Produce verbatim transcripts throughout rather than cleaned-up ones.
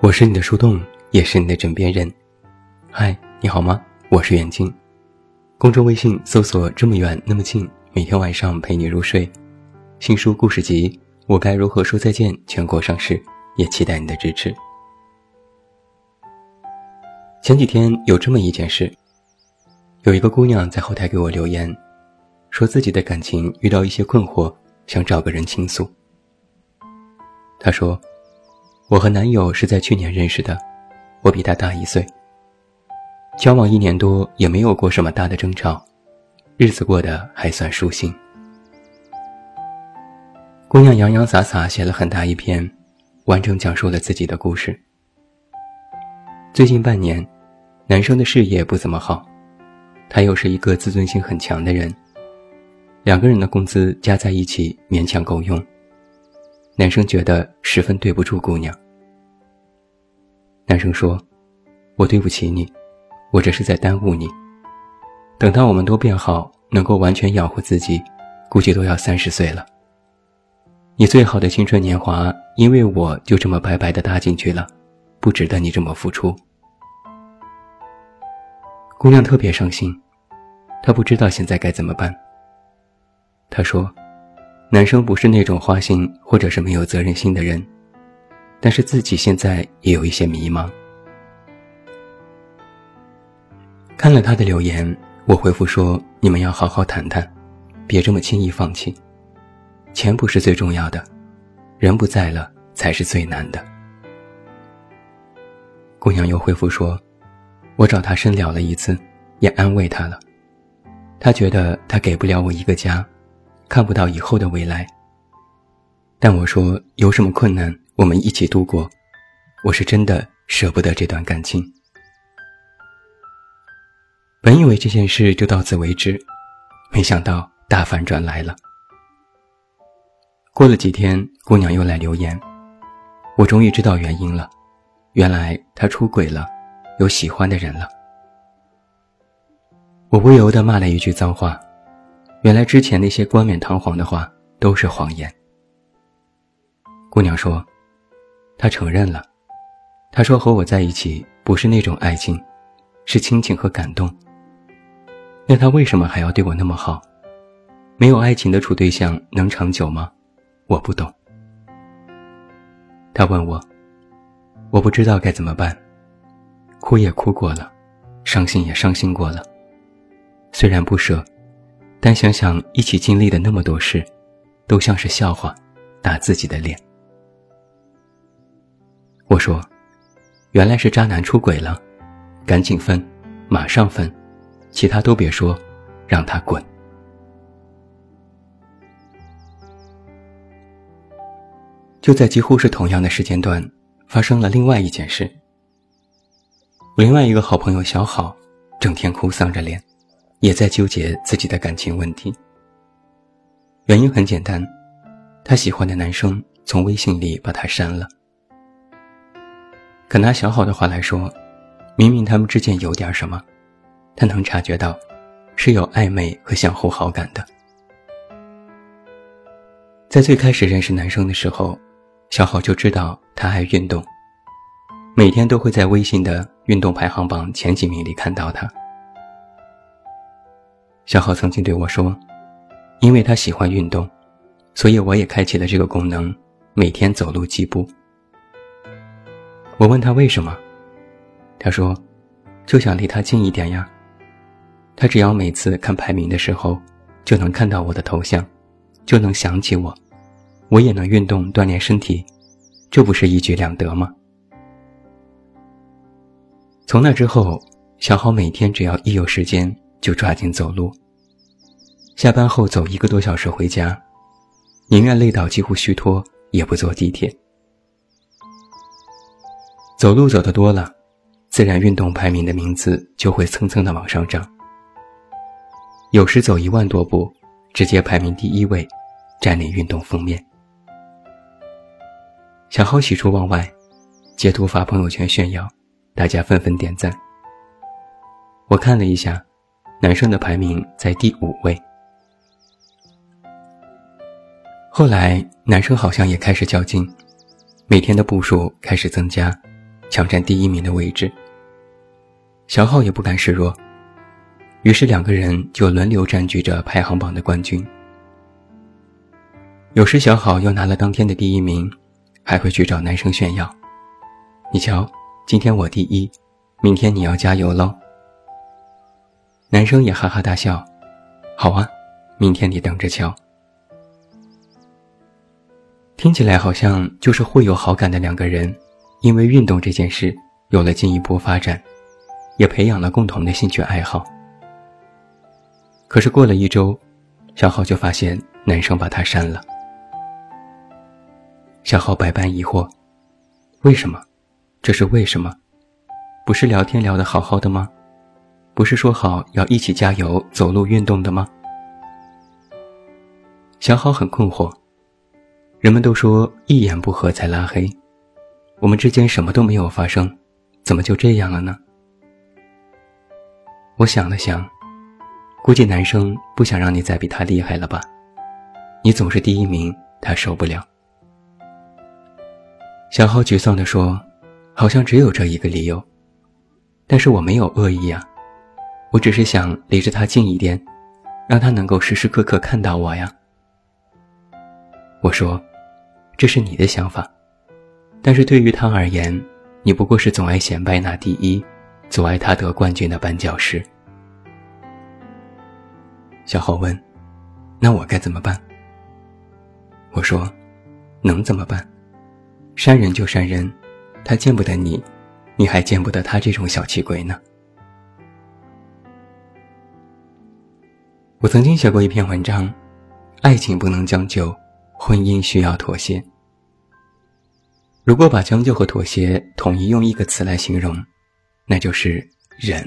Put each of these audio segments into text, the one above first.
我是你的树洞，也是你的枕边人。嗨，你好吗？我是远近。公众微信搜索这么远那么近，每天晚上陪你入睡。新书故事集我该如何说再见全国上市，也期待你的支持。前几天有这么一件事，有一个姑娘在后台给我留言，说自己的感情遇到一些困惑，想找个人倾诉。她说，我和男友是在去年认识的，我比他大一岁，交往一年多也没有过什么大的争吵，日子过得还算舒心。姑娘洋洋洒洒写了很大一篇，完整讲述了自己的故事。最近半年，男生的事业不怎么好，他又是一个自尊心很强的人，两个人的工资加在一起勉强够用，男生觉得十分对不住姑娘。男生说，我对不起你，我这是在耽误你，等到我们都变好，能够完全养活自己，估计都要三十岁了。你最好的青春年华因为我就这么白白的搭进去了，不值得你这么付出。姑娘特别伤心，她不知道现在该怎么办。她说，男生不是那种花心或者是没有责任心的人，但是自己现在也有一些迷茫。看了他的留言，我回复说，你们要好好谈谈，别这么轻易放弃。钱不是最重要的，人不在了才是最难的。姑娘又回复说，我找他深聊了一次，也安慰他了，他觉得他给不了我一个家，看不到以后的未来。但我说，有什么困难我们一起度过，我是真的舍不得这段感情。本以为这件事就到此为止，没想到大反转来了。过了几天，姑娘又来留言，我终于知道原因了，原来他出轨了，有喜欢的人了。我不由得骂了一句脏话，原来之前那些冠冕堂皇的话都是谎言。姑娘说，他承认了，他说和我在一起不是那种爱情，是亲情和感动。那他为什么还要对我那么好？没有爱情的处对象能长久吗？我不懂。他问我，我不知道该怎么办，哭也哭过了，伤心也伤心过了，虽然不舍，但想想一起经历的那么多事，都像是笑话，打自己的脸。我说，原来是渣男出轨了，赶紧分，马上分，其他都别说，让他滚。就在几乎是同样的时间段，发生了另外一件事。我另外一个好朋友小好，整天哭丧着脸，也在纠结自己的感情问题。原因很简单，他喜欢的男生从微信里把他删了。可拿小好的话来说，明明他们之间有点什么，他能察觉到是有暧昧和相互好感的。在最开始认识男生的时候，小好就知道他爱运动，每天都会在微信的运动排行榜前几名里看到他。小好曾经对我说，因为他喜欢运动，所以我也开启了这个功能，每天走路几步。我问他为什么，他说，就想离他近一点呀。他只要每次看排名的时候，就能看到我的头像，就能想起我，我也能运动锻炼身体，这不是一举两得吗？从那之后，小好每天只要一有时间就抓紧走路，下班后走一个多小时回家，宁愿累到几乎虚脱，也不坐地铁。走路走得多了，自然运动排名的名字就会蹭蹭的往上涨。有时走一万多步，直接排名第一位，占领运动封面。小好喜出望外，截图发朋友圈炫耀，大家纷纷点赞。我看了一下，男生的排名在第五位。后来男生好像也开始较劲，每天的步数开始增加， 抢占第一名的位置。小浩也不甘示弱，于是两个人就轮流占据着排行榜的冠军。有时小好又拿了当天的第一名，还会去找男生炫耀，你瞧，今天我第一，明天你要加油咯。男生也哈哈大笑，好啊，明天你等着瞧。听起来好像就是互有好感的两个人，因为运动这件事有了进一步发展，也培养了共同的兴趣爱好。可是过了一周，小浩就发现男生把他删了。小浩百般疑惑，为什么？这是为什么？不是聊天聊得好好的吗？不是说好要一起加油走路运动的吗？小浩很困惑，人们都说一言不合才拉黑，我们之间什么都没有发生，怎么就这样了呢？我想了想，估计男生不想让你再比他厉害了吧，你总是第一名，他受不了。小浩沮丧地说，好像只有这一个理由，但是我没有恶意啊，我只是想离着他近一点，让他能够时时刻刻看到我呀。我说，这是你的想法，但是对于他而言，你不过是总爱显摆那第一，阻碍他得冠军的绊脚石。小浩问，那我该怎么办？我说，能怎么办？删人就删人，他见不得你，你还见不得他这种小气鬼呢。我曾经写过一篇文章，爱情不能将就，婚姻需要妥协。如果把将就和妥协统一用一个词来形容，那就是忍。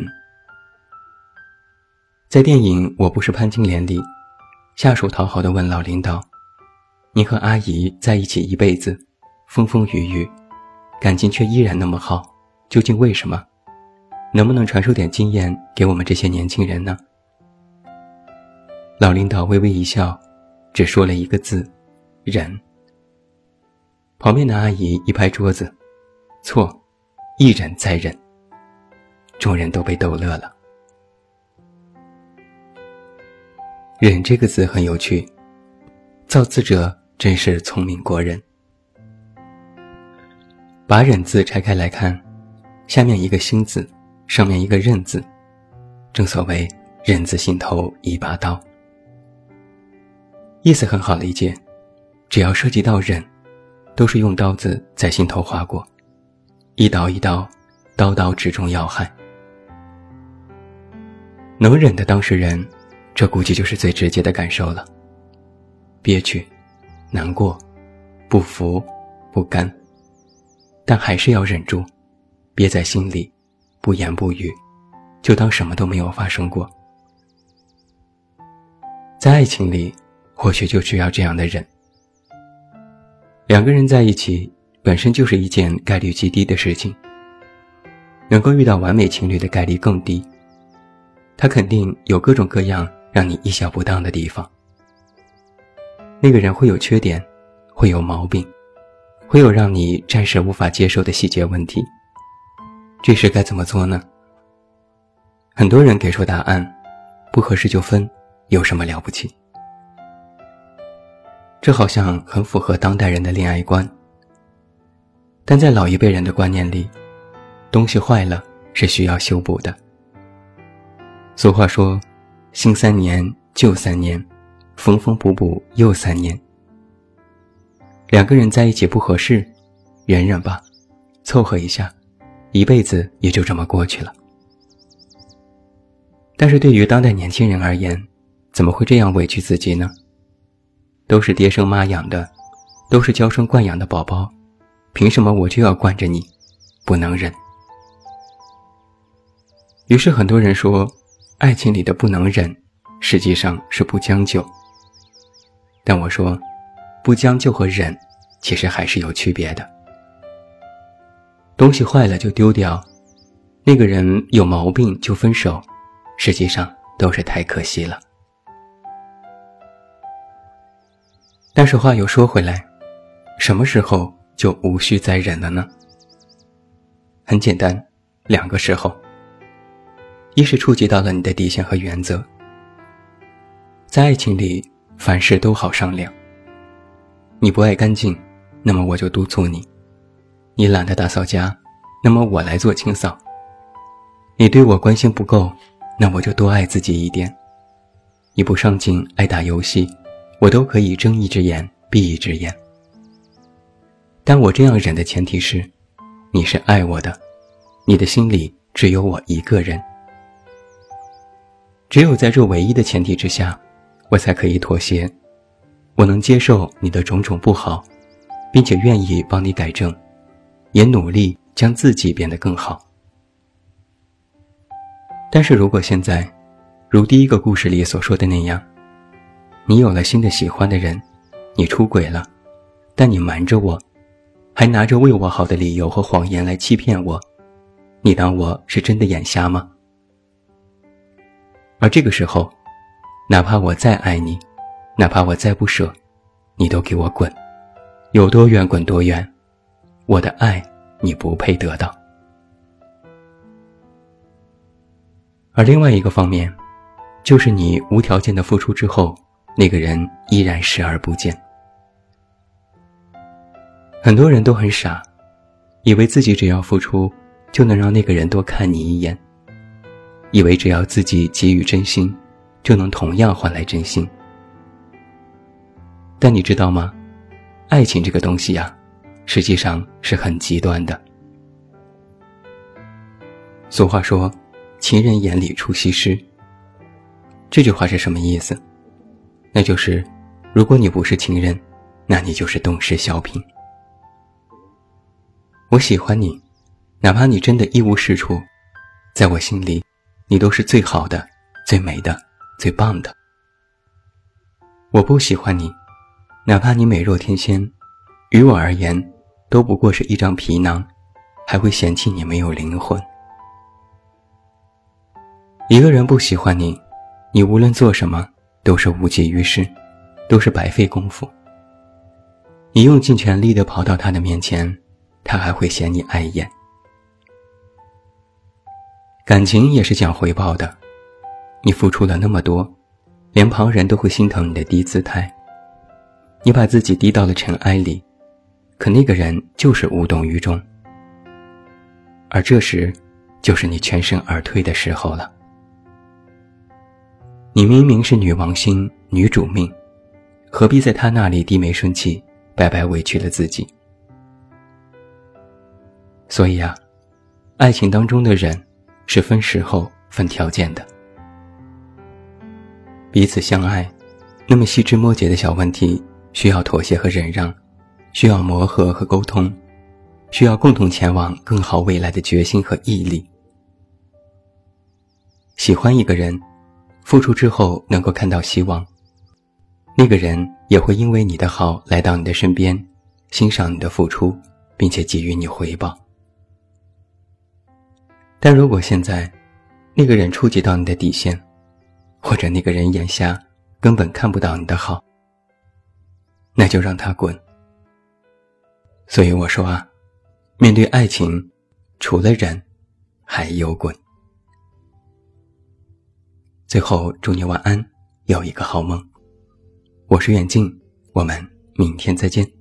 在电影《我不是潘金莲》里，下属讨好地问老领导，你和阿姨在一起一辈子，风风雨雨，感情却依然那么好，究竟为什么？能不能传授点经验给我们这些年轻人呢？老领导微微一笑，只说了一个字，忍。旁边的阿姨一拍桌子，错，一忍再忍。众人都被逗乐了。忍这个字很有趣，造字者真是聪明过人。把忍字拆开来看，下面一个心字，上面一个刃字，正所谓人字心头一把刀。意思很好理解，只要涉及到忍，都是用刀子在心头划过，一刀一刀，刀刀直中要害。能忍的当事人，这估计就是最直接的感受了。憋屈、难过、不服、不甘，但还是要忍住，憋在心里，不言不语，就当什么都没有发生过。在爱情里，或许就需要这样的忍。两个人在一起，本身就是一件概率极低的事情，能够遇到完美情侣的概率更低。他肯定有各种各样让你意想不到的地方。那个人会有缺点，会有毛病，会有让你暂时无法接受的细节问题。这时该怎么做呢？很多人给出答案，不合适就分，有什么了不起？这好像很符合当代人的恋爱观。但在老一辈人的观念里，东西坏了是需要修补的。俗话说，新三年旧三年，缝缝补补又三年。两个人在一起不合适，忍忍吧，凑合一下，一辈子也就这么过去了。但是对于当代年轻人而言，怎么会这样委屈自己呢？都是爹生妈养的，都是娇生惯养的宝宝，凭什么我就要惯着你？不能忍。于是很多人说，爱情里的不能忍，实际上是不将就。但我说，不将就和忍，其实还是有区别的。东西坏了就丢掉，那个人有毛病就分手，实际上都是太可惜了。但是话又说回来，什么时候就无需再忍了呢？ 很简单，两个时候。一是触及到了你的底线和原则。在爱情里，凡事都好商量。你不爱干净，那么我就督促你。你懒得打扫家，那么我来做清扫。你对我关心不够，那我就多爱自己一点。你不上进，爱打游戏，我都可以睁一只眼闭一只眼。但我这样忍的前提是，你是爱我的，你的心里只有我一个人。只有在这唯一的前提之下，我才可以妥协。我能接受你的种种不好，并且愿意帮你改正，也努力将自己变得更好。但是如果现在，如第一个故事里所说的那样，你有了新的喜欢的人，你出轨了，但你瞒着我，还拿着为我好的理由和谎言来欺骗我，你当我是真的眼瞎吗？而这个时候，哪怕我再爱你，哪怕我再不舍，你都给我滚，有多远滚多远，我的爱你不配得到。而另外一个方面，就是你无条件的付出之后，那个人依然视而不见。很多人都很傻，以为自己只要付出，就能让那个人多看你一眼，以为只要自己给予真心，就能同样换来真心。但你知道吗？爱情这个东西啊，实际上是很极端的。俗话说，情人眼里出西施。这句话是什么意思？那就是，如果你不是情人，那你就是洞师小品。我喜欢你，哪怕你真的一无是处，在我心里，你都是最好的、最美的、最棒的。我不喜欢你，哪怕你美若天仙，于我而言，都不过是一张皮囊，还会嫌弃你没有灵魂。一个人不喜欢你，你无论做什么都是无济于事，都是白费功夫。你用尽全力地跑到他的面前，他还会嫌你碍眼。感情也是讲回报的，你付出了那么多，连旁人都会心疼你的低姿态。你把自己低到了尘埃里，可那个人就是无动于衷。而这时，就是你全身而退的时候了。你明明是女王心、女主命，何必在他那里低眉顺气，白白委屈了自己？所以啊，爱情当中的人是分时候、分条件的。彼此相爱，那么细枝末节的小问题，需要妥协和忍让，需要磨合和沟通，需要共同前往更好未来的决心和毅力。喜欢一个人，付出之后能够看到希望，那个人也会因为你的好来到你的身边，欣赏你的付出，并且给予你回报。但如果现在那个人触及到你的底线，或者那个人眼下根本看不到你的好，那就让他滚。所以我说啊，面对爱情，除了忍，还有滚。最后祝你晚安，有一个好梦。我是远近，我们明天再见。